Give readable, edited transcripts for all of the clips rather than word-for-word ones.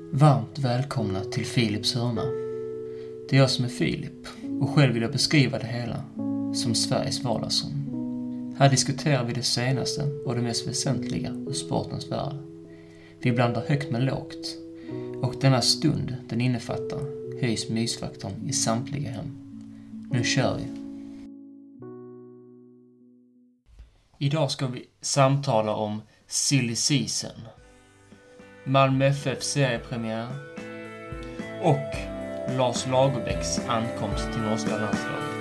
Varmt välkomna till Filips hörna. Det är jag som är Filip och själv vill jag beskriva det hela som Sveriges vardagsrum. Här diskuterar vi det senaste och det mest väsentliga ur sportens värld. Vi blandar högt med lågt och denna stund den innefattar höjs mysfaktorn i samtliga hem. Nu kör vi! Idag ska vi samtala om Silly Season, Malmö FF seriepremiär och Lars Lagerbäcks ankomst till norska landslaget.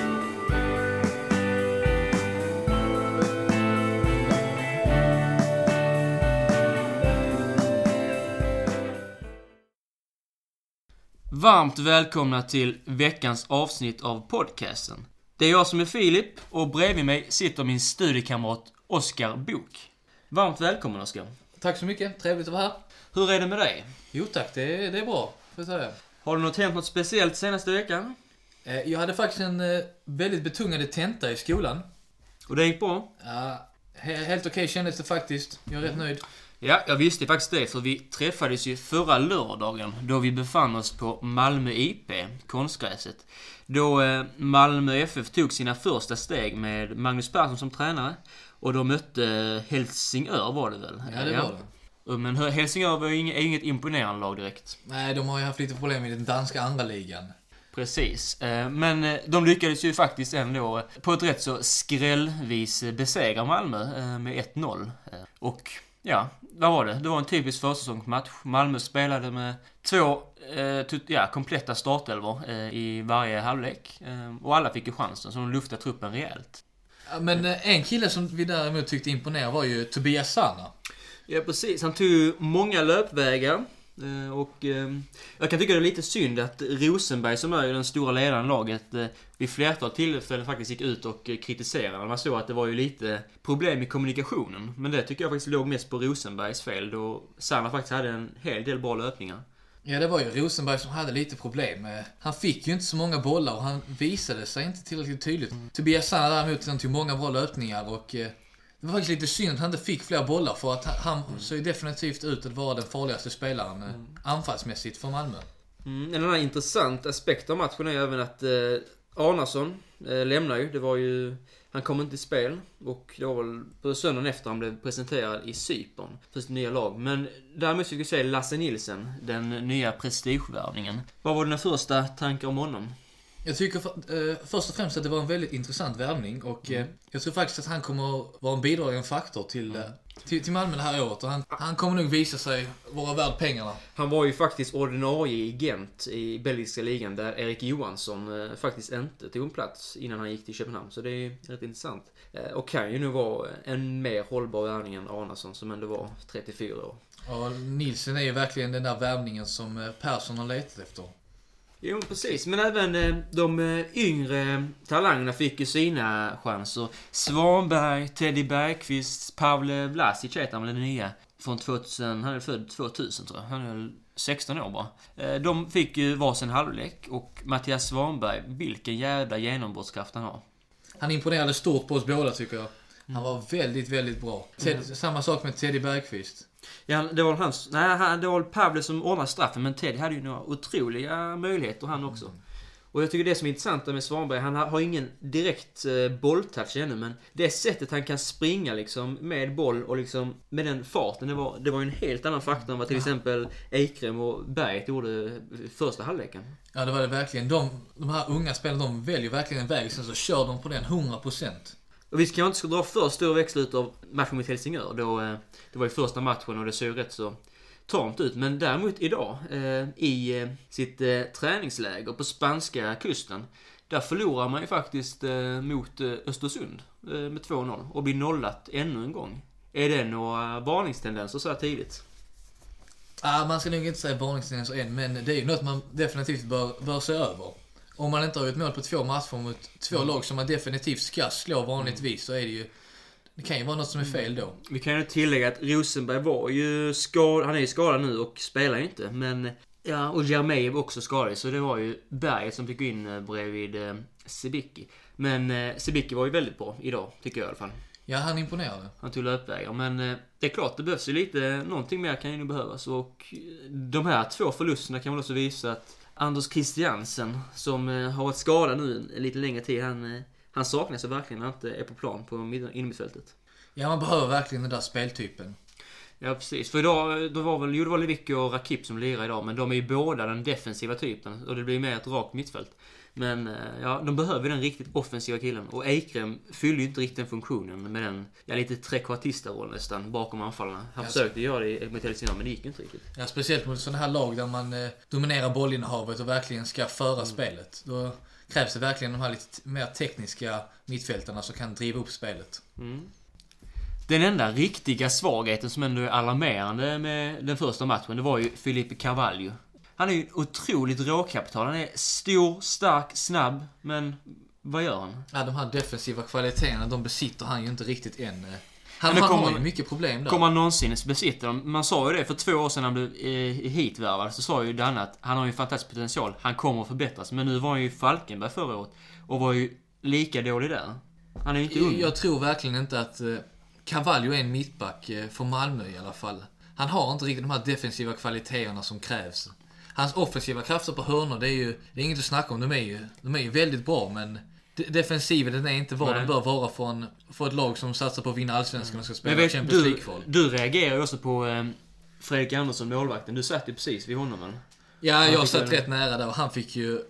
Varmt välkomna till veckans avsnitt av podcasten. Det är jag som är Filip och bredvid mig sitter min studiekamrat Oskar Bok. Varmt välkommen Oskar. Tack så mycket, trevligt att vara här. Hur är det med dig? Jo tack, det är bra, får jag säga. Har du hänt något speciellt senaste veckan? Jag hade faktiskt en väldigt betungande tenta i skolan. Och det gick bra? Ja, helt okej kändes det faktiskt. Jag är rätt nöjd. Ja, jag visste faktiskt det, för vi träffades ju förra lördagen då vi befann oss på Malmö IP, konstgräset. Då Malmö FF tog sina första steg med Magnus Persson som tränare. Och då mötte Helsingör var det väl? Ja, det var det. Men Helsingör var ju inget imponerande lag direkt. Nej, de har ju haft lite problem i den danska andra ligan. Precis, men de lyckades ju faktiskt ändå på ett rätt så skrällvis besegra Malmö med 1-0. Och ja, vad var det? Det var en typisk försäsongsmatch. Malmö spelade med två kompletta startelvor i varje halvlek. Och alla fick ju chansen, så de luftade truppen rejält. Ja, men en kille som vi däremot tyckte imponerade var ju Tobias Sana. Ja, precis. Han tog ju många löpvägar. Och jag kan tycka det är lite synd att Rosenberg, som är ju den stora ledaren i laget, vid flertal tillfällen faktiskt gick ut och kritiserade. Man såg att det var ju lite problem i kommunikationen. Men det tycker jag faktiskt låg mest på Rosenbergs fel, då Sanna faktiskt hade en hel del bra löpningar. Ja, det var ju Rosenberg som hade lite problem. Han fick ju inte så många bollar och han visade sig inte tillräckligt tydligt. Tobias Sana däremot, han tog många bra löpningar och det var faktiskt lite synd att han inte fick fler bollar, för att han såg ju definitivt ut att vara den farligaste spelaren anfallsmässigt för Malmö. En annan intressant aspekt av matchen är även att Arnason lämnar ju. Det var ju, han kom inte i spel och det var väl på söndagen efter han blev presenterad i Cypern för sitt nya lag. Men därmed fick vi se Lasse Nilsen, den nya prestigevärvningen. Vad var dina första tankar om honom? Jag tycker först och främst att det var en väldigt intressant värvning och jag tror faktiskt att han kommer vara en bidragande faktor till Malmö det här året, och han kommer nog visa sig vara värd pengarna. Han var ju faktiskt ordinarie i Gent i belgiska ligan, där Erik Johansson faktiskt inte tog en plats innan han gick till Köpenhamn, så det är rätt intressant. Och kan ju nu vara en mer hållbar värvning än Arnason, som ändå var 34 år. Och Nilsen är ju verkligen den där värvningen som Persson har letat efter. Jo, precis. Men även de yngre talangerna fick ju sina chanser. Svanberg, Teddy Bergqvist, Pavle Vlasic heter han, den nya från 2000. Han är född 2000 tror jag. Han är 16 år bara. De fick ju varsin halvlek, och Mattias Svanberg, vilken jävla genombrottskraft han har. Han imponerade stort på oss båda, tycker jag. Han var väldigt, väldigt bra. Samma sak med Teddy Bergqvist. Ja, det var Pavle som ordnade straffen, men Teddy hade ju några otroliga möjligheter han också. Och jag tycker det som är intressant med Svanberg, han har ingen direkt bolltouch ännu, men det sättet han kan springa liksom med boll och liksom med den farten, det var ju en helt annan faktor än vad till exempel Eikrem och Berg gjorde första halvleken. Ja, det var det verkligen. De här unga spelarna, de väljer verkligen en väg, sen så kör de på den 100%. Och vi ska inte dra för stor växel ut av matchen mot Helsingör. Då, det var ju första matchen och det såg rätt så tamt ut. Men däremot idag i sitt träningsläger på spanska kusten, där förlorar man ju faktiskt mot Östersund med 2-0 och blir nollat ännu en gång. Är det några varningstendenser så här tidigt? Man ska nog inte säga varningstendenser än, men det är ju något man definitivt bör se över. Om man inte har gjort mål på 2 matcher mot 2 lag som man definitivt ska slå vanligtvis, så är det ju, det kan ju vara något som är fel då. Vi kan ju tillägga att Rosenberg var ju skadad, han är ju skadad nu och spelar inte, men ja, och Jermej var också skadad, så det var ju Berget som fick in bredvid Sebicki. Men Sebicki var ju väldigt bra idag, tycker jag i alla fall. Ja, han imponerade. Han tog löpvägar. Men det är klart, det behövs ju lite, någonting mer kan ju nog behövas. Och de här 2 förlusterna kan väl också visa att Anders Christiansen, som har varit skadad nu en lite längre tid, han saknas ju verkligen när han inte är på plan på innermittfältet. Ja, man behöver verkligen den där speltypen. Ja, precis. För idag, det var Lewicki och Rakip som lirar idag, men de är ju båda den defensiva typen och det blir mer ett rakt mittfält. Men ja, de behöver den riktigt offensiva killen. Och Eikrem fyller ju inte riktigt den funktionen med den lite trekvartista-rollen nästan bakom anfallarna. Han försökte göra det mot Helsingborg, men det gick inte riktigt. Ja, speciellt mot sådana här lag där man dominerar bollinnehavet och verkligen ska föra spelet. Då krävs det verkligen de här lite mer tekniska mittfältarna som kan driva upp spelet. Den enda riktiga svagheten som ändå är alarmerande med den första matchen, det var ju Felipe Carvalho. Han är ju otroligt råkapital. Han är stor, stark, snabb, men vad gör han? Ja, de här defensiva kvaliteterna, de besitter han ju inte riktigt än. Han har ju mycket problem där. Kommer han någonsin besitta dem? Man sa ju det för 2 år sedan när han blev hitvärvad, så sa ju Danne att han har ju en fantastisk potential. Han kommer att förbättras. Men nu var han ju i Falkenberg förra året och var ju lika dålig där. Han är ju inte ung. Jag tror verkligen inte att Carvalho är en mittback för Malmö i alla fall. Han har inte riktigt de här defensiva kvaliteterna som krävs. Hans offensiva krafter på hörnor, det är inget att snacka om. De är ju väldigt bra, men defensiven, den är inte vad den bör vara för ett lag som satsar på att vinna allsvenskan och ska spela Champions League-kval. Du reagerar ju också på Fredrik Andersson, målvakten. Du satt ju precis vid honom, eller? Ja, jag satt rätt nära där och han fick ju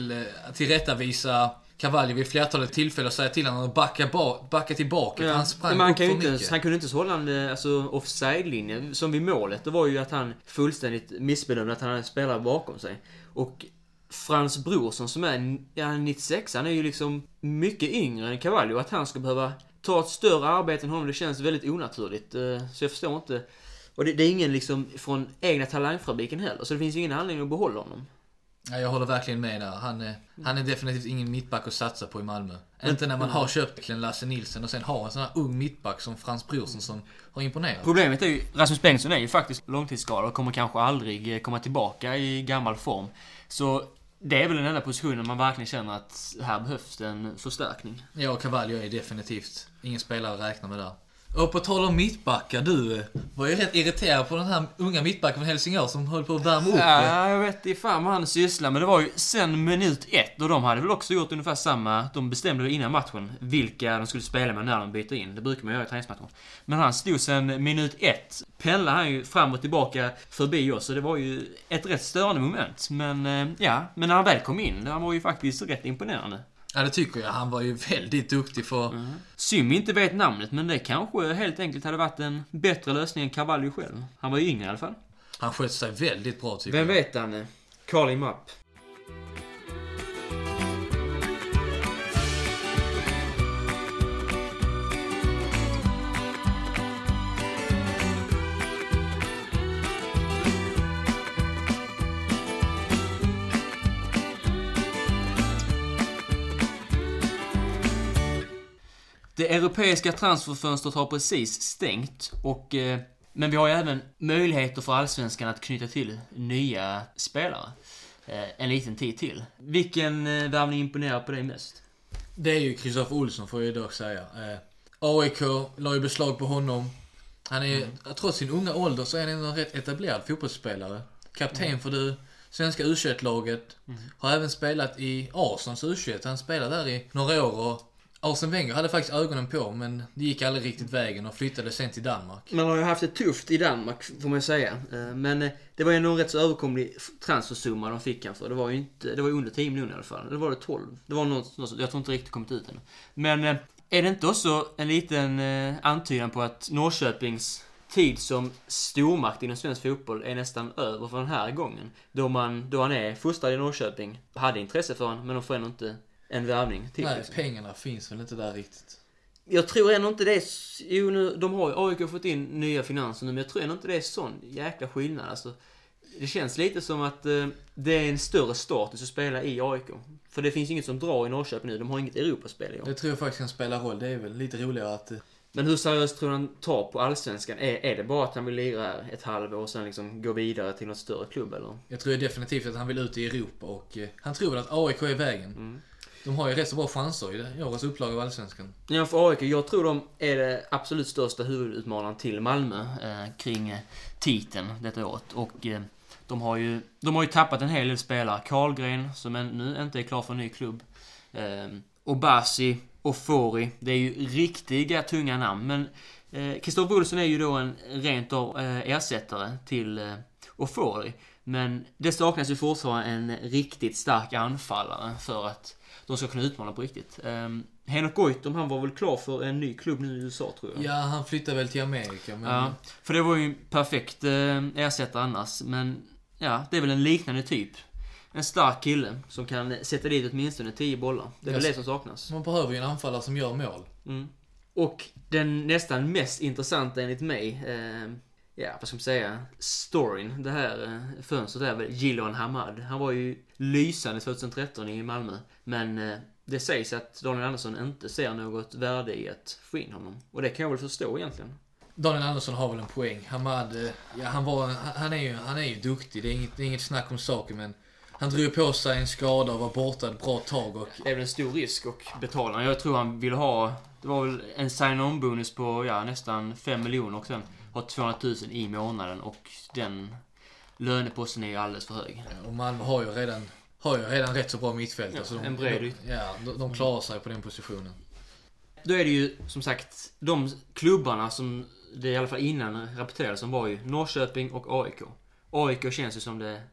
tillrättavisa Carvalho vid flertalet tillfällen och säga till honom att backa tillbaka. Ja. Han sprang men upp för mycket. Han kunde inte hålla en offside-linje som vid målet. Det var ju att han fullständigt missbedömde att han hade spelare bakom sig. Och Frans Brorsson som är 96, han är ju liksom mycket yngre än Carvalho. Att han ska behöva ta ett större arbete än honom, det känns väldigt onaturligt. Så jag förstår inte. Och det är ingen liksom från egna talangfabriken heller. Så det finns ju ingen anledning att behålla honom. Ja, jag håller verkligen med där. Han är definitivt ingen mittback att satsa på i Malmö. Inte när man har köpt en Lasse Nilsson och sen har en sån här ung mittback som Frans Brorsson som har imponerat. Problemet är ju, Rasmus Bengtsson är ju faktiskt långtidsskadad och kommer kanske aldrig komma tillbaka i gammal form. Så det är väl den enda positionen man verkligen känner att här behövs en förstärkning. Ja, och Carvalho är definitivt ingen spelare att räkna med där. Och på tal om mittbackar, du var ju rätt irriterad på den här unga mittbacken från Helsingborg som höll på att värma upp. Ja, jag vet inte fan vad han sysslar, men det var ju sen minut 1 och de hade väl också gjort ungefär samma. De bestämde innan matchen vilka de skulle spela med när de byter in. Det brukar man göra i träningsmatchen. Men han stod sen minut 1. Pendlade han ju fram och tillbaka förbi oss, så det var ju ett rätt störande moment. Men men när han väl kom in, han var ju faktiskt rätt imponerande. Ja, det tycker jag. Han var ju väldigt duktig för... Synd inte vet namnet, men det kanske helt enkelt hade varit en bättre lösning än Carvalho själv. Han var ju yngre i alla fall. Han sköt sig väldigt bra, tycker jag. Vem vet han? Call him up. Det europeiska transferfönstret har precis stängt men vi har ju även möjligheter för allsvenskan att knyta till nya spelare en liten tid till. Vilken värvning imponerar på dig mest? Det är ju Kristoffer Olsson, får jag dock säga. AIK la ju beslag på honom. Han är trots sin unga ålder så är han en rätt etablerad fotbollsspelare. Kapten för det svenska U21-laget. Har även spelat i Arsens U21. Han spelade där i några år och Arsene Wenger hade faktiskt ögonen på, men det gick aldrig riktigt vägen och flyttade sen till Danmark. Man har ju haft det tufft i Danmark, får man säga. Men det var ju en rätt så överkomlig transfersumma de fick han för. Det var ju under 10 miljoner i alla fall. Eller var det 12? Det var något, jag tror inte riktigt kommit ut ännu. Men är det inte också en liten antydan på att Norrköpings tid som stormakt inom svensk fotboll är nästan över för den här gången? Då han är fostrad i Norrköping, hade intresse för honom, men de får ändå inte en värvning till. Nej, pengarna finns väl inte där riktigt. Jag tror ändå inte det är... Jo, nu, de har ju AIK fått in nya finanser nu, men jag tror ändå inte det är sån jäkla skillnad. Alltså, det känns lite som att det är en större status att spela i AIK. För det finns inget som drar i Norrköping nu. De har inget Europaspel i år. Det tror jag faktiskt kan spela roll. Det är väl lite roligare att... Men hur seriöst tror han tar på allsvenskan? Är det bara att han vill lira ett halvår och sen liksom gå vidare till något större klubb, eller? Jag tror definitivt att han vill ut i Europa och han tror väl att AIK är vägen. De har ju rätt så bra chanser i årets upplaga av Allsvenskan. Ja, för AIK, jag tror de är det absolut största huvudutmanaren till Malmö kring titeln detta året. Och de har ju tappat en hel del spelare. Karlgren, som nu inte är klar för en ny klubb. Obasi och Fori, det är ju riktiga tunga namn. Men Kristoffer Olsson är ju då en rent av ersättare till Ofori. Men det saknas ju fortfarande en riktigt stark anfallare för att de ska kunna utmana på riktigt. Henok Goitom, han var väl klar för en ny klubb nu i USA, tror jag. Ja, han flyttade väl till Amerika. Men... Ja, för det var ju en perfekt ersättare annars. Men ja, det är väl en liknande typ. En stark kille som kan sätta dit åtminstone 10 bollar. Det är väl det som saknas. Man behöver ju en anfallare som gör mål. Och den nästan mest intressanta enligt mig, vad ska man säga, storyn, det här fönstret är väl Jiloan Hamad. Han var ju lysande 2013 i Malmö, men det sägs att Daniel Andersson inte ser något värde i att få in honom. Och det kan jag väl förstå egentligen. Daniel Andersson har väl en poäng. Hamad, han är ju duktig, det är inget snack om saker, men han drog på sig en skada och var borta ett bra tag. Och... Det är väl en stor risk och betala. Jag tror han vill ha, det var väl en sign-on-bonus på nästan 5 miljoner och sen har 200 000 i månaden och den löneposten är ju alldeles för hög. Ja, och Malmö har ju redan rätt så bra mittfält. Ja, så en bred. De klarar sig på den positionen. Då är det ju som sagt de klubbarna som det i alla fall innan rapporterades som var ju Norrköping och AIK. AIK känns ju som det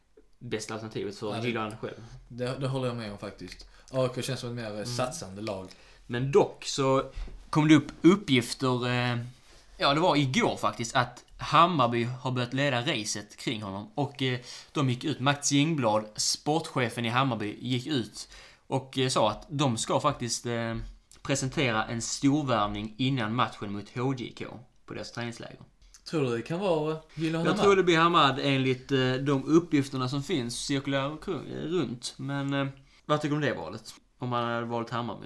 bästa alternativet för Jiloan själv. Det håller jag med om faktiskt. AIK känns som ett mer satsande lag. Men dock så kom det upp uppgifter, det var igår faktiskt, att Hammarby har börjat leda racet kring honom. Och de gick ut, Mats Jingblad, sportchefen i Hammarby, gick ut och sa att de ska faktiskt presentera en storvärvning innan matchen mot HJK på deras träningsläger. Tror du det kan vara Jiloan Hamad? Jag tror det blir Hamad enligt de uppgifterna som finns cirkulära runt. Men vad tycker du om det valet? Om man hade valt Hammarby?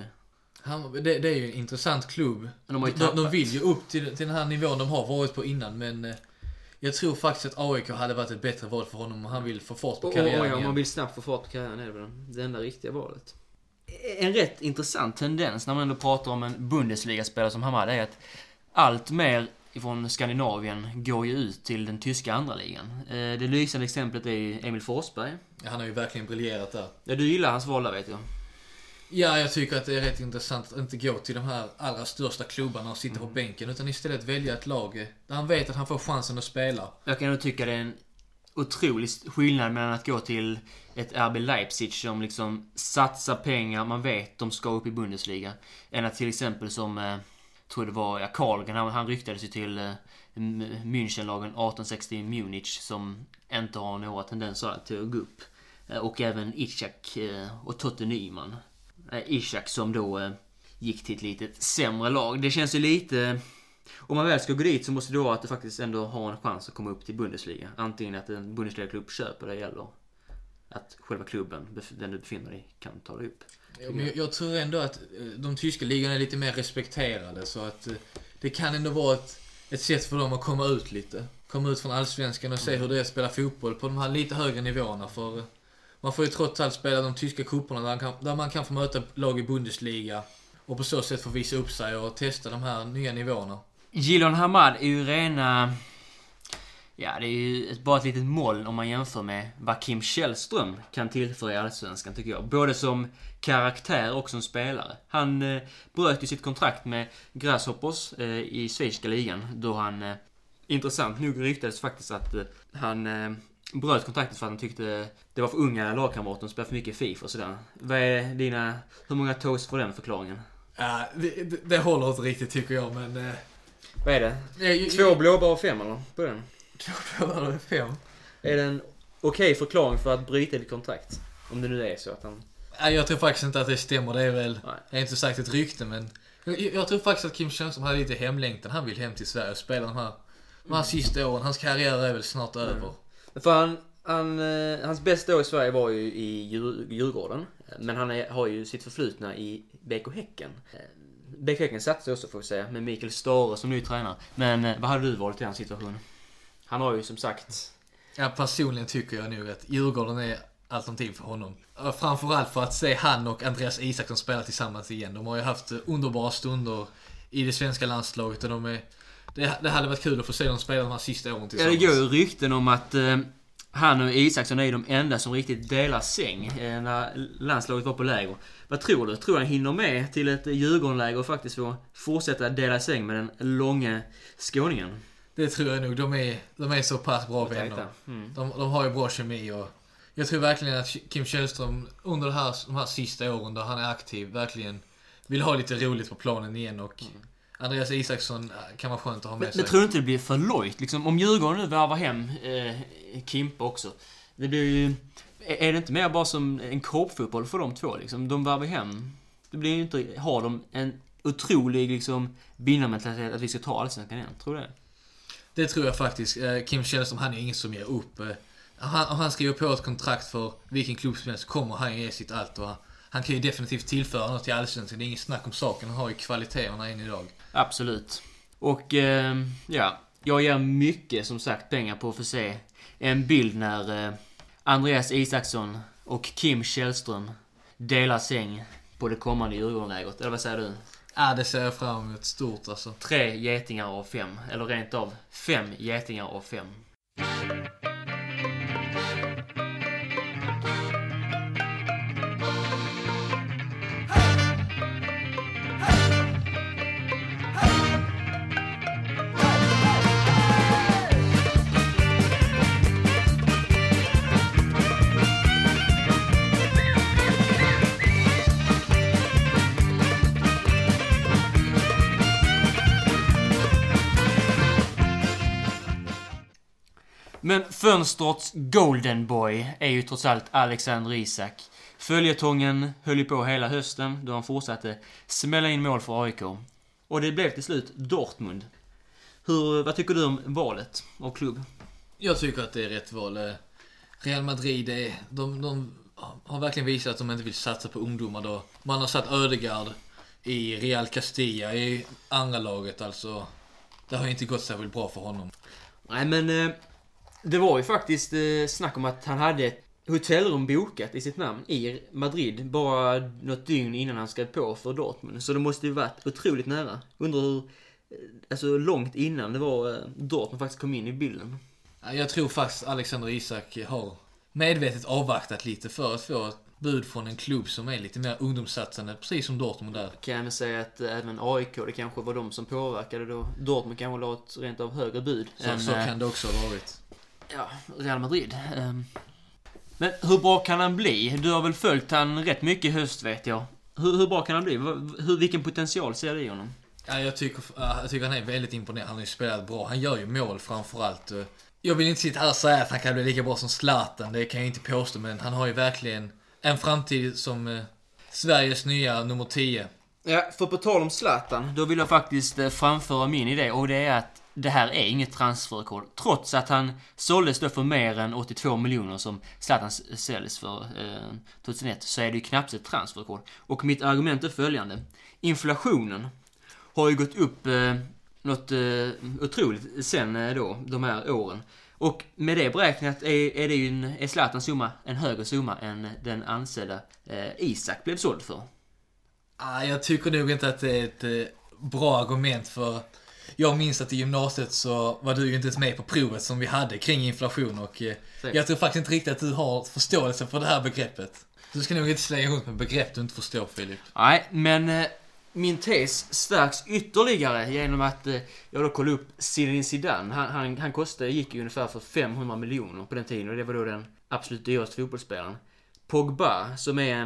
Det är ju en intressant klubb. De vill ju upp till den här nivån de har varit på innan, men jag tror faktiskt att AIK hade varit ett bättre val för honom om han vill få fart på karriären. Om man vill snabbt få fart på karriären är det enda riktiga valet. En rätt intressant tendens när man ändå pratar om en Bundesliga-spelare som Hamad är att allt mer från Skandinavien går ju ut till den tyska andra ligan. Det lysande exemplet är ju Emil Forsberg. Ja, han har ju verkligen briljerat där. Ja, du gillar hans val där, vet jag. Ja, jag tycker att det är rätt intressant att inte gå till de här allra största klubbarna och sitta på bänken, utan istället välja ett lag där han vet att han får chansen att spela. Jag kan nog tycka det är en otrolig skillnad mellan att gå till ett RB Leipzig som liksom satsar pengar, man vet de ska upp i Bundesliga, än att till exempel som tror det var Karlgren, han ryktades ju till Münchenlagen 1860 Munich som inte har några tendenser till att gå upp. Och även Ishak och Totte Nyman. Ishak som då gick till ett litet sämre lag. Det känns ju lite... Om man väl ska gå dit så måste det vara att det faktiskt ändå har en chans att komma upp till Bundesliga. Antingen att en Bundesliga-klubb köper det eller att själva klubben, den du befinner dig, kan ta det upp. Ja, men jag tror ändå att de tyska ligorna är lite mer respekterade, så att det kan ändå vara ett sätt för dem att komma ut lite. Komma ut från Allsvenskan och se hur det är att spela fotboll på de här lite högre nivåerna. För man får ju trots allt spela de tyska cuperna där man kan få möta lag i Bundesliga och på så sätt få visa upp sig och testa de här nya nivåerna. Jiloan Hamad är ju rena... Ja, det är ju bara ett litet moln om man jämför med vad Kim Källström kan tillföra i Allsvenskan, tycker jag. Både som karaktär och som spelare. Han bröt ju sitt kontrakt med Grasshoppers i svenska ligan, då han, intressant nog, ryktades faktiskt att han bröt kontraktet för att han tyckte det var för unga lagkamrater som spelade för mycket FIFA och sådär. Vad är hur många toast får den förklaringen? Ja, det håller inte riktigt, tycker jag, men... Vad är det? 2 blåbär och 5 eller? På den? 2 blåbär och 5? Är det en okej förklaring för att bryta ditt kontrakt? Om det nu är så att han... Jag tror faktiskt inte att det stämmer. Det är väl... Jag har inte sagt ett rykte, men... Jag tror faktiskt att Kim Källström hade lite hemlängtan. Han vill hem till Sverige och spela de här sista åren. Hans karriär är väl snart över. För hans bästa år i Sverige var ju i Djurgården. Men han har ju sitt förflutna i BK Häcken. BK Häcken satsade också, får vi säga, med Mikael Stahre som ny tränare. Men vad hade du valt i hans situation? Han har ju som sagt... Ja, personligen tycker jag nu att Djurgården är alternativ för honom. Framförallt för att se han och Andreas Isaksson spela tillsammans igen. De har ju haft underbara stunder i det svenska landslaget och det hade varit kul att få se dem spela de här sista åren tillsammans. Ja, det går ju rykten om att han och Isaksson är de enda som riktigt delar säng när landslaget var på läger. Vad tror du? Tror han hinner med till ett Djurgården-läger och faktiskt få fortsätta dela säng med den långa skåningen? Det tror jag nog. De är så pass bra vänner. De har ju bra kemi och jag tror verkligen att Kim Källström under de här sista åren där han är aktiv verkligen vill ha lite roligt på planen igen och Andreas Isaksson kan vara skönt att ha med sig. Men tror du inte det blir för lojt? Liksom, om Djurgården nu värvar hem Kimpa också. Det blir ju, är det inte mer bara som en korpfotboll för de två? Liksom? De värvar hem. Det blir ju inte, har de en otrolig liksom, vinnarmentalitet att vi ska ta allsvenskan igen? Tror du det? Det tror jag faktiskt. Kim Källström, han är ingen som ger upp. Om han skriver på ett kontrakt för vilken klubb som helst kommer han ge sitt allt. Och han kan ju definitivt tillföra något till allsvenskan. Det är inget snack om saken. Han har ju kvaliteterna än idag. Absolut. Och ja, jag ger mycket som sagt pengar på att få se en bild när Andreas Isaksson och Kim Källström delar säng på det kommande Djurgården-lägret. Eller vad säger du? Ja, det ser jag fram emot stort alltså. 3 getingar av 5. Eller rent av 5 getingar av 5. Men fönstrets Golden Boy är ju trots allt Alexander Isak. Följetongen höll ju på hela hösten då han fortsatte smälla in mål för AIK. Och det blev till slut Dortmund. Vad tycker du om valet av klubb? Jag tycker att det är rätt val. Real Madrid, de har verkligen visat att de inte vill satsa på ungdomar då. Man har satt Ödegaard i Real Castilla i andra laget, alltså. Det har inte gått så väl bra för honom. Nej, men det var ju faktiskt snack om att han hade ett hotellrum bokat i sitt namn i Madrid bara något dygn innan han skrev på för Dortmund. Så det måste ju varit otroligt nära. Undrar hur långt innan det var Dortmund faktiskt kom in i bilden. Jag tror faktiskt Alexander Isak har medvetet avvaktat lite för att få ett bud från en klubb som är lite mer ungdomssatsande, precis som Dortmund där. Kan jag säga att även AIK, det kanske var de som påverkade då. Dortmund kanske la ett rent av högre bud. Så kan det också ha varit. Ja, Real Madrid. Men hur bra kan han bli? Du har väl följt han rätt mycket i höst, vet jag. Hur bra kan han bli? Vilken potential ser du i honom? Ja, jag tycker han är väldigt imponerad. Han har ju spelat bra. Han gör ju mål framförallt. Jag vill inte sitta här och säga att han kan bli lika bra som Zlatan. Det kan jag inte påstå, men han har ju verkligen en framtid som Sveriges nya nummer 10. Ja, för på tal om Zlatan, då vill jag faktiskt framföra min idé. Och det är att det här är inget transferrekord. Trots att han såldes då för mer än 82 miljoner som Zlatan säljs för 2001, så är det ju knappt ett transferrekord. Och mitt argument är följande. Inflationen har ju gått upp något otroligt sen då, de här åren. Och med det beräknat är det ju är Zlatans summa en högre summa än den ansedda Isak blev såld för. Jag tycker nog inte att det är ett bra argument, för jag minns att i gymnasiet så var du ju inte med på provet som vi hade kring inflation, och jag tror faktiskt inte riktigt att du har förståelse för det här begreppet. Du ska nog inte slänga runt med begrepp du inte förstår, Filip. Nej, men min tes stärks ytterligare genom att jag då kollade upp Zinedine Zidane. Han gick ju ungefär för 500 miljoner på den tiden, och det var då den absolut dyraste fotbollsspelaren. Pogba, som är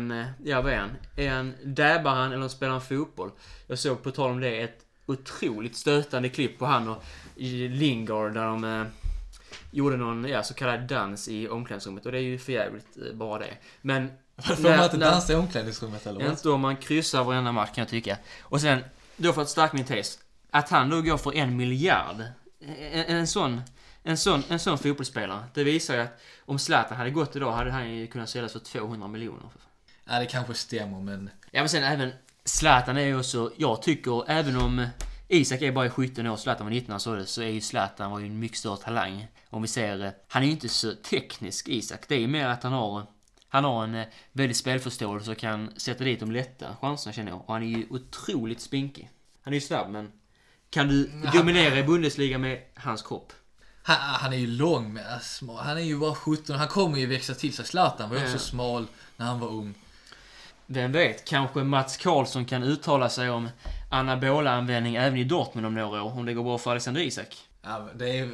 dabbar han eller spelar han fotboll? Jag såg på tal om det ett otroligt stötande klipp på han och Lingard där de gjorde någon så kallad dans i omklädningsrummet, och det är ju förjävligt bara det. Men får man inte dansa i omklädningsrummet eller vad? Inte om man kryssar varenda match, kan jag tycka. Och sen, då för att stärka min tes, att han då går för 1 miljard. En sån fotbollsspelare. Det visar ju att om Zlatan hade gått idag hade han ju kunnat säljas för 200 miljoner. Ja, det kanske stämmer, men... Ja, men sen även Zlatan är ju också, jag tycker, även om Isak är bara i 17 år, Zlatan var 19 år, så är ju Zlatan var ju en mycket större talang. Om vi ser, han är ju inte så teknisk, Isak. Det är ju mer att han har Han har en väldigt spelförståelse och kan sätta dit de lätta chanserna, känner jag. Och han är ju otroligt spinkig. Han är ju snabb, men kan du dominera i Bundesliga med hans kropp? Han är ju lång med smal. Han är ju bara 17. Han kommer ju växa till sig. Zlatan var ju också smal när han var ung. Vem vet, kanske Mats Karlsson kan uttala sig om anabola användning även i Dortmund om några år, om det går bra för Alexander Isak. Ja,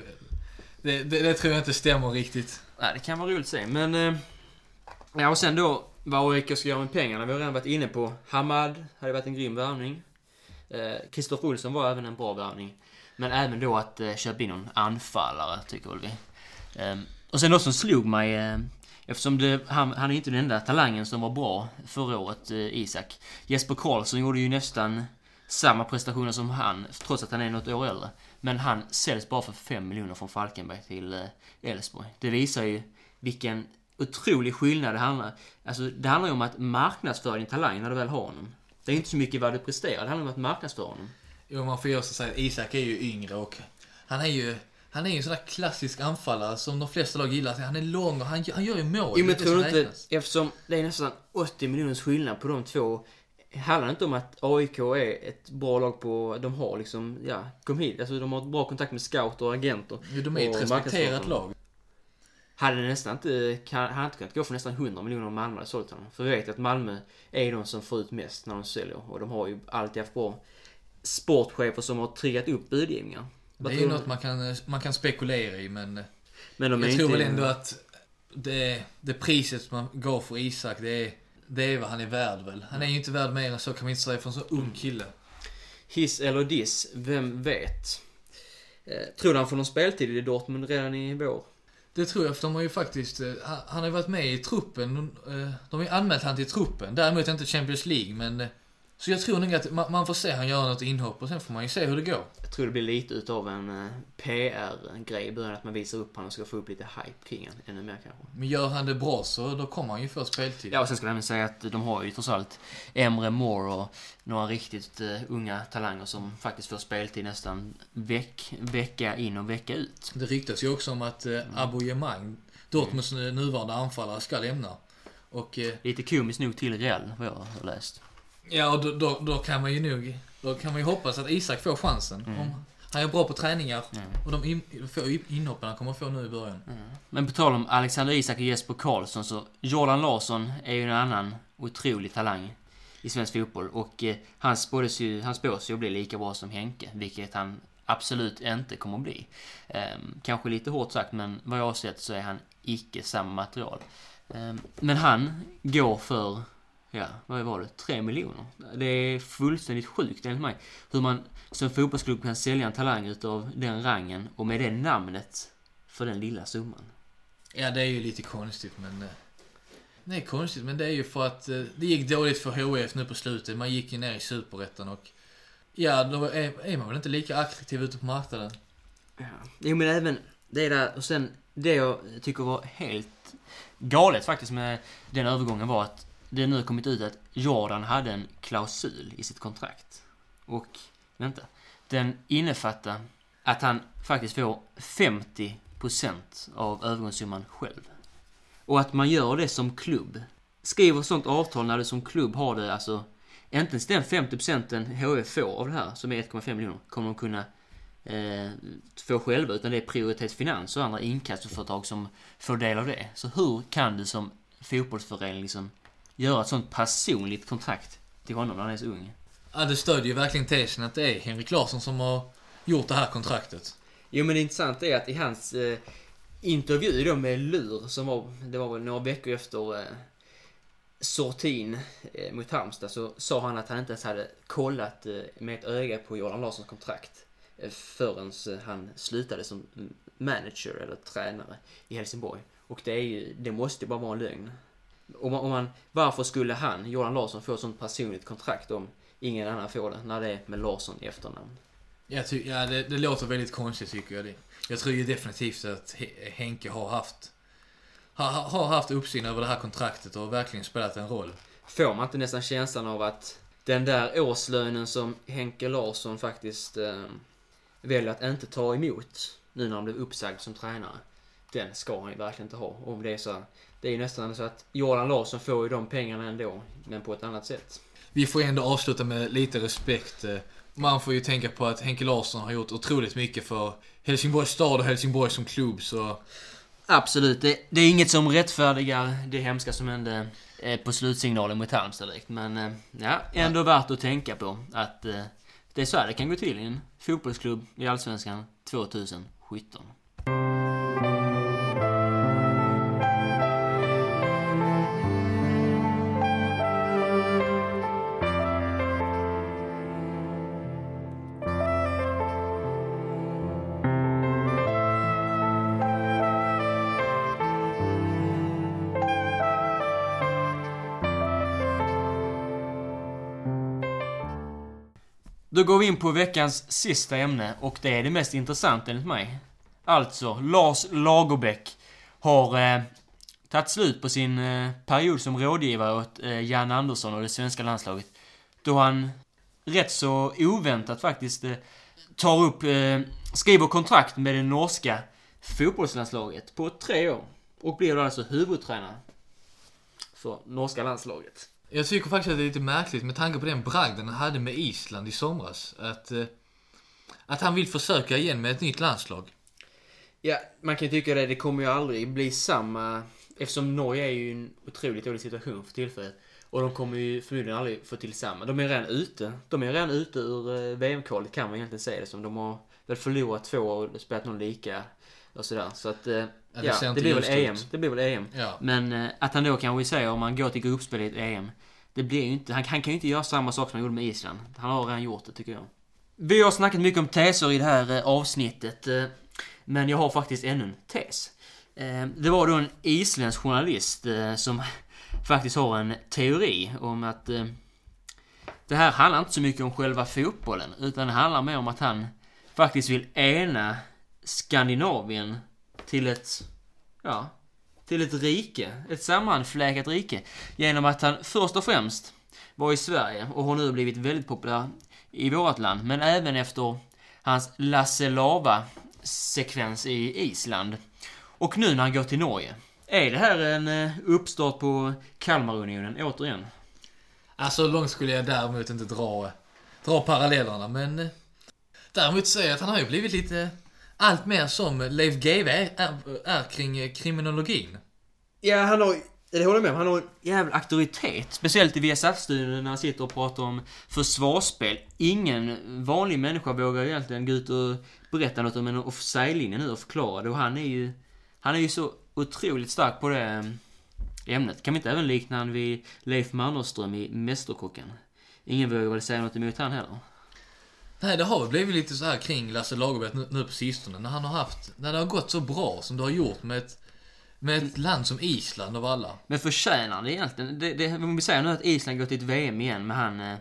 det tror jag inte stämmer riktigt. Nej, det kan vara roligt att se. Men ja, och sen då vad AIK ska göra med pengarna. Vi har redan varit inne på Hamad, hade varit en grym värvning. Kristoffer Olsson var även en bra värvning. Men även då att köpa in någon anfallare, tycker väl vi. Och sen då som slog mig, eftersom han är inte den enda talangen som var bra förra året, Isak. Jesper Karlsson gjorde ju nästan samma prestationer som han, trots att han är något år äldre. Men han säljs bara för 5 miljoner från Falkenberg till Elfsborg. Det visar ju vilken otrolig skillnad det handlar. Alltså, det handlar ju om att marknadsföra din talang när du väl har honom. Det är inte så mycket vad du presterar, det handlar om att marknadsföra honom. Jo, man får ju också säga att Isak är ju yngre och han är ju en sån där klassisk anfallare som de flesta lag gillar. Han är lång och han gör ju mål. Jo, men tror du inte, eftersom det är nästan 80 miljoners skillnad på de två, handlar det inte om att AIK är ett bra lag på, de har liksom, kom hit, alltså de har ett bra kontakt med scouter och agenter. Jo, de är ett respekterat lag. Hade det nästan inte kunnat gå för nästan 100 miljoner om Malmö hade sålt honom. För vi vet att Malmö är de som får ut mest när de säljer. Och de har ju alltid haft bra sportchefer som har triggat upp budgivningar. Det är ju något man kan spekulera i, men de jag tror väl ändå att det priset man går för Isak, det är vad han är värd väl. Han är ju inte värd mer än så, kan man inte säga, för en så ung kille. Hiss eller diss, vem vet? Tror du han får någon speltid i Dortmund redan i vår? Det tror jag, för de har ju faktiskt, han har ju varit med i truppen, de har ju anmält han till truppen, däremot inte Champions League, men så jag tror nog att man får se han göra något inhopp och sen får man ju se hur det går. Jag tror det blir lite utav en PR-grej i början, att man visar upp han och ska få upp lite hype kring han, ännu mer kanske. Men gör han det bra så då kommer han ju få speltid. Ja, och sen ska jag säga att de har ju trots allt Emre Moore och några riktigt unga talanger som faktiskt får speltid nästan vecka in och vecka ut. Det ryktas ju också om att Abu Yemang, Dortmunds nuvarande anfallare, ska lämna. Och lite komiskt nog till Real, vad jag har läst. Ja, och då kan man ju hoppas att Isak får chansen. Om han är bra på träningar och de inhoppen han kommer få nu i början. Men på tal om Alexander Isak och Jesper Karlsson, så Jordan Larsson är ju en annan otrolig talang i svensk fotboll. Och han spås ju att bli lika bra som Henke, vilket han absolut inte kommer att bli. Kanske lite hårt sagt, men vad jag har sett så är han icke samma material. Men han går för, vad var det? 3 miljoner. Det är fullständigt sjukt enligt mig. Hur man som fotbollsklubb kan sälja en talang utav den rangen och med det namnet för den lilla summan. Ja, det är ju lite konstigt, men det är konstigt, men det är ju för att det gick dåligt för HF nu på slutet. Man gick ju ner i Superettan och då är man väl inte lika attraktiv ute på marknaden. Ja. Jo, men även det där, och sen det jag tycker var helt galet faktiskt med den övergången var att det nu har kommit ut att Jordan hade en klausul i sitt kontrakt. Och, vänta, den innefattar att han faktiskt får 50% av övergångssumman själv. Och att man gör det som klubb. Skriver sånt avtal när du som klubb har det, alltså inte ens den 50% HF får av det här, som är 1,5 miljoner, kommer de kunna få själva, utan det är Prioritetsfinans och andra inkassoföretag som får del av det. Så hur kan du som fotbollsförening liksom göra ett sånt personligt kontrakt till honom när han är så ung? Ja, det stödjer ju verkligen tesen att det är Henrik Larsson som har gjort det här kontraktet. Jo, men det intressanta är att i hans intervju då med Lur, det var väl några veckor efter sortin mot Halmstad, så sa han att han inte ens hade kollat med ett öga på Jordan Larssons kontrakt förrän han slutade som manager eller tränare i Helsingborg. Och det måste bara vara en lögn. Varför skulle Jordan Larsson, få ett sånt personligt kontrakt om ingen annan får det, när det är med Larsson i efternamn? Det låter väldigt konstigt, tycker jag det. Jag tror ju definitivt att Henke har haft uppsyn över det här kontraktet och verkligen spelat en roll. Får man inte nästan känslan av att den där årslönen som Henke Larsson faktiskt väljer att inte ta emot nu när han blev uppsagd som tränare, den ska han ju verkligen inte ha. Om det är så. Det är ju nästan så att Jordan Larsson får ju de pengarna ändå, men på ett annat sätt. Vi får ändå avsluta med lite respekt. Man får ju tänka på att Henke Larsson har gjort otroligt mycket för Helsingborgs stad och Helsingborg som klubb. Så... Absolut, det är inget som rättfärdigar det hemska som hände på slutsignalen mot Halmstad direkt. Men ja, ändå värt att tänka på att det är så här det kan gå till i en fotbollsklubb i Allsvenskan 2017. Då går vi in på veckans sista ämne och det är det mest intressanta enligt mig. Alltså, Lars Lagerbäck har tagit slut på sin period som rådgivare åt Jan Andersson och det svenska landslaget. Då han rätt så oväntat faktiskt skriver kontrakt med det norska fotbollslandslaget på 3 år. Och blir då alltså huvudtränare för norska landslaget. Jag tycker faktiskt att det är lite märkligt med tanke på den bragden han hade med Island i somras. Att han vill försöka igen med ett nytt landslag. Ja, man kan tycka det kommer ju aldrig bli samma. Eftersom Norge är ju en otroligt dålig situation för tillfället. Och de kommer ju förmodligen aldrig få till samma. De är redan ute. Ur VM-kvalet kan man egentligen säga det som. De har väl förlorat 2 och spelat någon lika och sådär. Så att det blir väl EM. Det blir väl EM. Ja. Men att han då kanske säger om man går till gruppspel i ett EM. Det blir ju inte, han kan ju inte göra samma sak som han gjorde med Island. Han har redan gjort det tycker jag. Vi har snackat mycket om teser i det här avsnittet. Men jag har faktiskt ännu en tes. Det var då en isländsk journalist som faktiskt har en teori om att det här handlar inte så mycket om själva fotbollen. Utan det handlar mer om att han faktiskt vill ena Skandinavien till ett rike, ett sammanfläkat rike, genom att han först och främst var i Sverige och har nu blivit väldigt populär i vårt land, men även efter hans Lasse Lava-sekvens i Island. Och nu när han går till Norge. Är det här en uppstart på Kalmarunionen återigen? Alltså långt skulle jag däremot inte dra parallellerna, men däremot säger jag att han har ju blivit lite allt mer som Leif GW är kring kriminologin. Ja, det håller jag med om. Han har en jävla auktoritet. Speciellt i VSF-studion när han sitter och pratar om försvarsspel. Ingen vanlig människa vågar egentligen gå ut och berätta något om en offside-linje nu och förklara det. Och han är ju så otroligt stark på det ämnet. Kan vi inte även likna han vid Leif Mannerström i Mästerkocken? Ingen vågar väl säga något emot han heller. Nej, det har väl blivit lite så här kring Lasse Lagerbäck nu på sistone. När det har gått så bra som det har gjort med ett land som Island av alla. Men förtjänar det egentligen? Om vi säger nu att Island går till ett VM igen med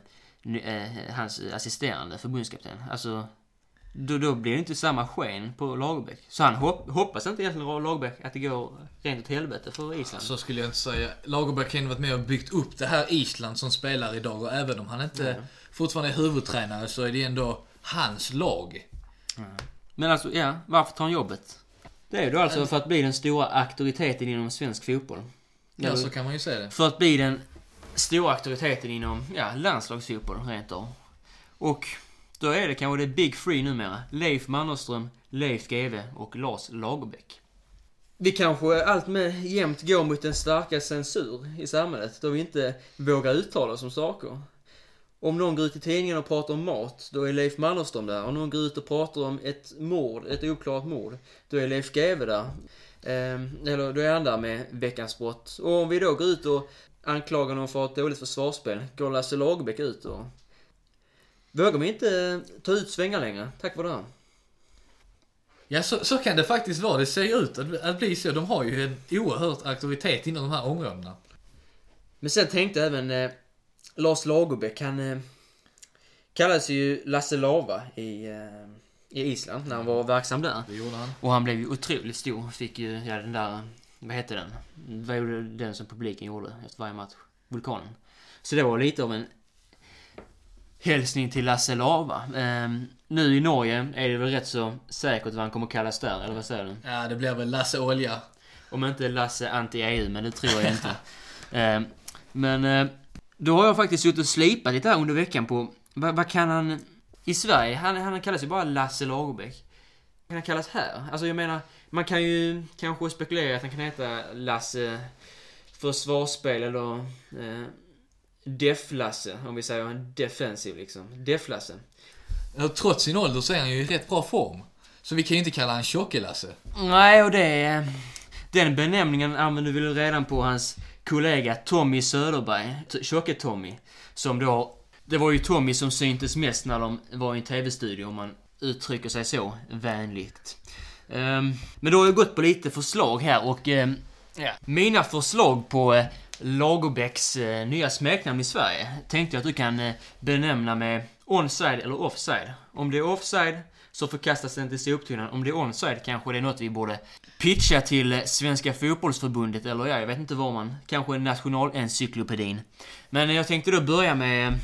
hans assisterande förbundskapten. Alltså, då blir det inte samma sken på Lagerbäck. Så han hoppas inte egentligen Lagerbäck att det går rent åt helvete för Island. Så skulle jag inte säga. Lagerbäck har varit med och byggt upp det här Island som spelar idag. Och även om han inte fortfarande är huvudtränare så är det ändå hans lag. Men alltså, varför tar han jobbet? Det är ju då alltså för att bli den stora auktoriteten inom svensk fotboll. Ja, så kan man ju säga det. För att bli den stora auktoriteten inom landslagsfotboll rent av. Och då är det kanske det Big Three numera. Leif Mannerström, Leif GW och Lars Lagerbäck. Vi kanske allt med jämt går mot en starkare censur i samhället då vi inte vågar uttala oss om saker. Om någon går ut i tidningen och pratar om mat, då är Leif Mannerström där. Om någon går ut och pratar om ett oklart mord, då är Leif GW där. Eller då är han där med veckans brott. Och om vi då går ut och anklagar någon för ett dåligt försvarsspel, går Lasse Lagerbäck ut och vågar man inte ta ut svängar längre. Tack för det här. Ja, så kan det faktiskt vara. Det ser ut att bli så. De har ju en oerhört auktoritet inom de här områdena. Men sen tänkte även Lars Lagerbäck, han kallades ju Lasse Lava i Island när han var verksam där. Det gjorde han. Och han blev ju otroligt stor. Fick ju den där, vad heter den? Vad gjorde den som publiken gjorde efter varje match? Vulkanen. Så det var lite av en hälsning till Lasse Lava. Nu i Norge är det väl rätt så säkert vad han kommer kallas där, eller vad säger du? Ja, det blir väl Lasse Olja. Om inte Lasse anti-EU, men det tror jag inte. Men då har jag faktiskt suttit och slipat lite här under veckan på vad kan han i Sverige? Han kallas ju bara Lasse Lagerbäck. Kan han kallas här? Alltså jag menar, man kan ju kanske spekulera att han kan heta Lasse Försvarsspel eller Def-Lasse, om vi säger en defensiv liksom. Def-Lasse. Trots sin ålder så är han ju i rätt bra form. Så vi kan ju inte kalla han Tjocke-Lasse. Nej, och den benämningen använder vi redan på hans kollega Tommy Söderberg, Tjocke-Tommy, som då, det var ju Tommy som syntes mest när de var i en tv-studio, om man uttrycker sig så vänligt. Men då har jag gått på lite förslag här och mina förslag på Lagerbäcks nya smeknamn i Sverige tänkte jag att du kan benämna med onside eller offside. Om det är offside så förkastas den till soptunnan. Om det är onside kanske det är något vi borde pitcha till Svenska fotbollsförbundet eller jag vet inte vad man, kanske nationalencyklopedin. Men jag tänkte då börja med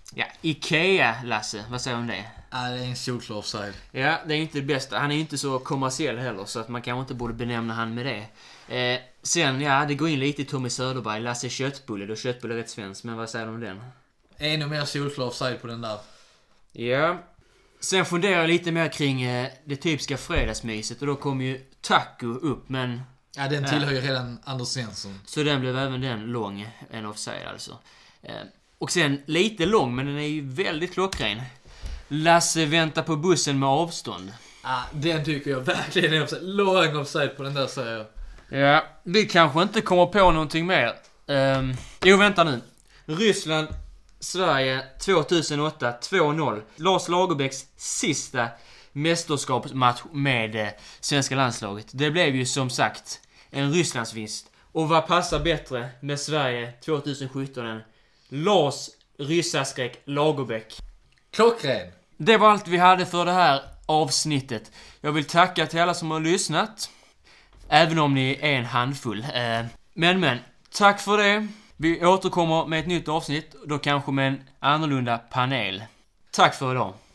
Ikea, Lasse, vad säger du om det? Ja, det är en solklar offside. Ja, det är inte det bästa. Han är inte så kommersiell heller så att man kanske inte borde benämna han med det. Sen, det går in lite i Tommy Söderberg, Lasse Köttbulle, då Köttbulle är rätt svensk, men vad säger du om den? Ännu mer solklar offside på den där. Ja. Sen funderar jag lite mer kring det typiska fredagsmyset och då kom ju Taco upp, men... Ja, den tillhör ju redan Anders Svensson. Så den blev även den lång, en offside alltså. Och sen lite lång, men den är ju väldigt klockren. Lasse väntar på bussen med avstånd. Ja, den tycker jag verkligen är offside. Lång offside på den där, säger jag. Ja, vi kanske inte kommer på någonting mer. Jo, vänta nu. Ryssland, Sverige 2008, 2-0. Lars Lagerbäcks sista mästerskapsmatch med svenska landslaget. Det blev ju som sagt en Rysslandsvinst. Och vad passar bättre med Sverige 2017 än Lars Ryssaskräck Lagerbäck? Klockren! Det var allt vi hade för det här avsnittet. Jag vill tacka till alla som har lyssnat. Även om ni är en handfull. Men, tack för det. Vi återkommer med ett nytt avsnitt. Då kanske med en annorlunda panel. Tack för idag.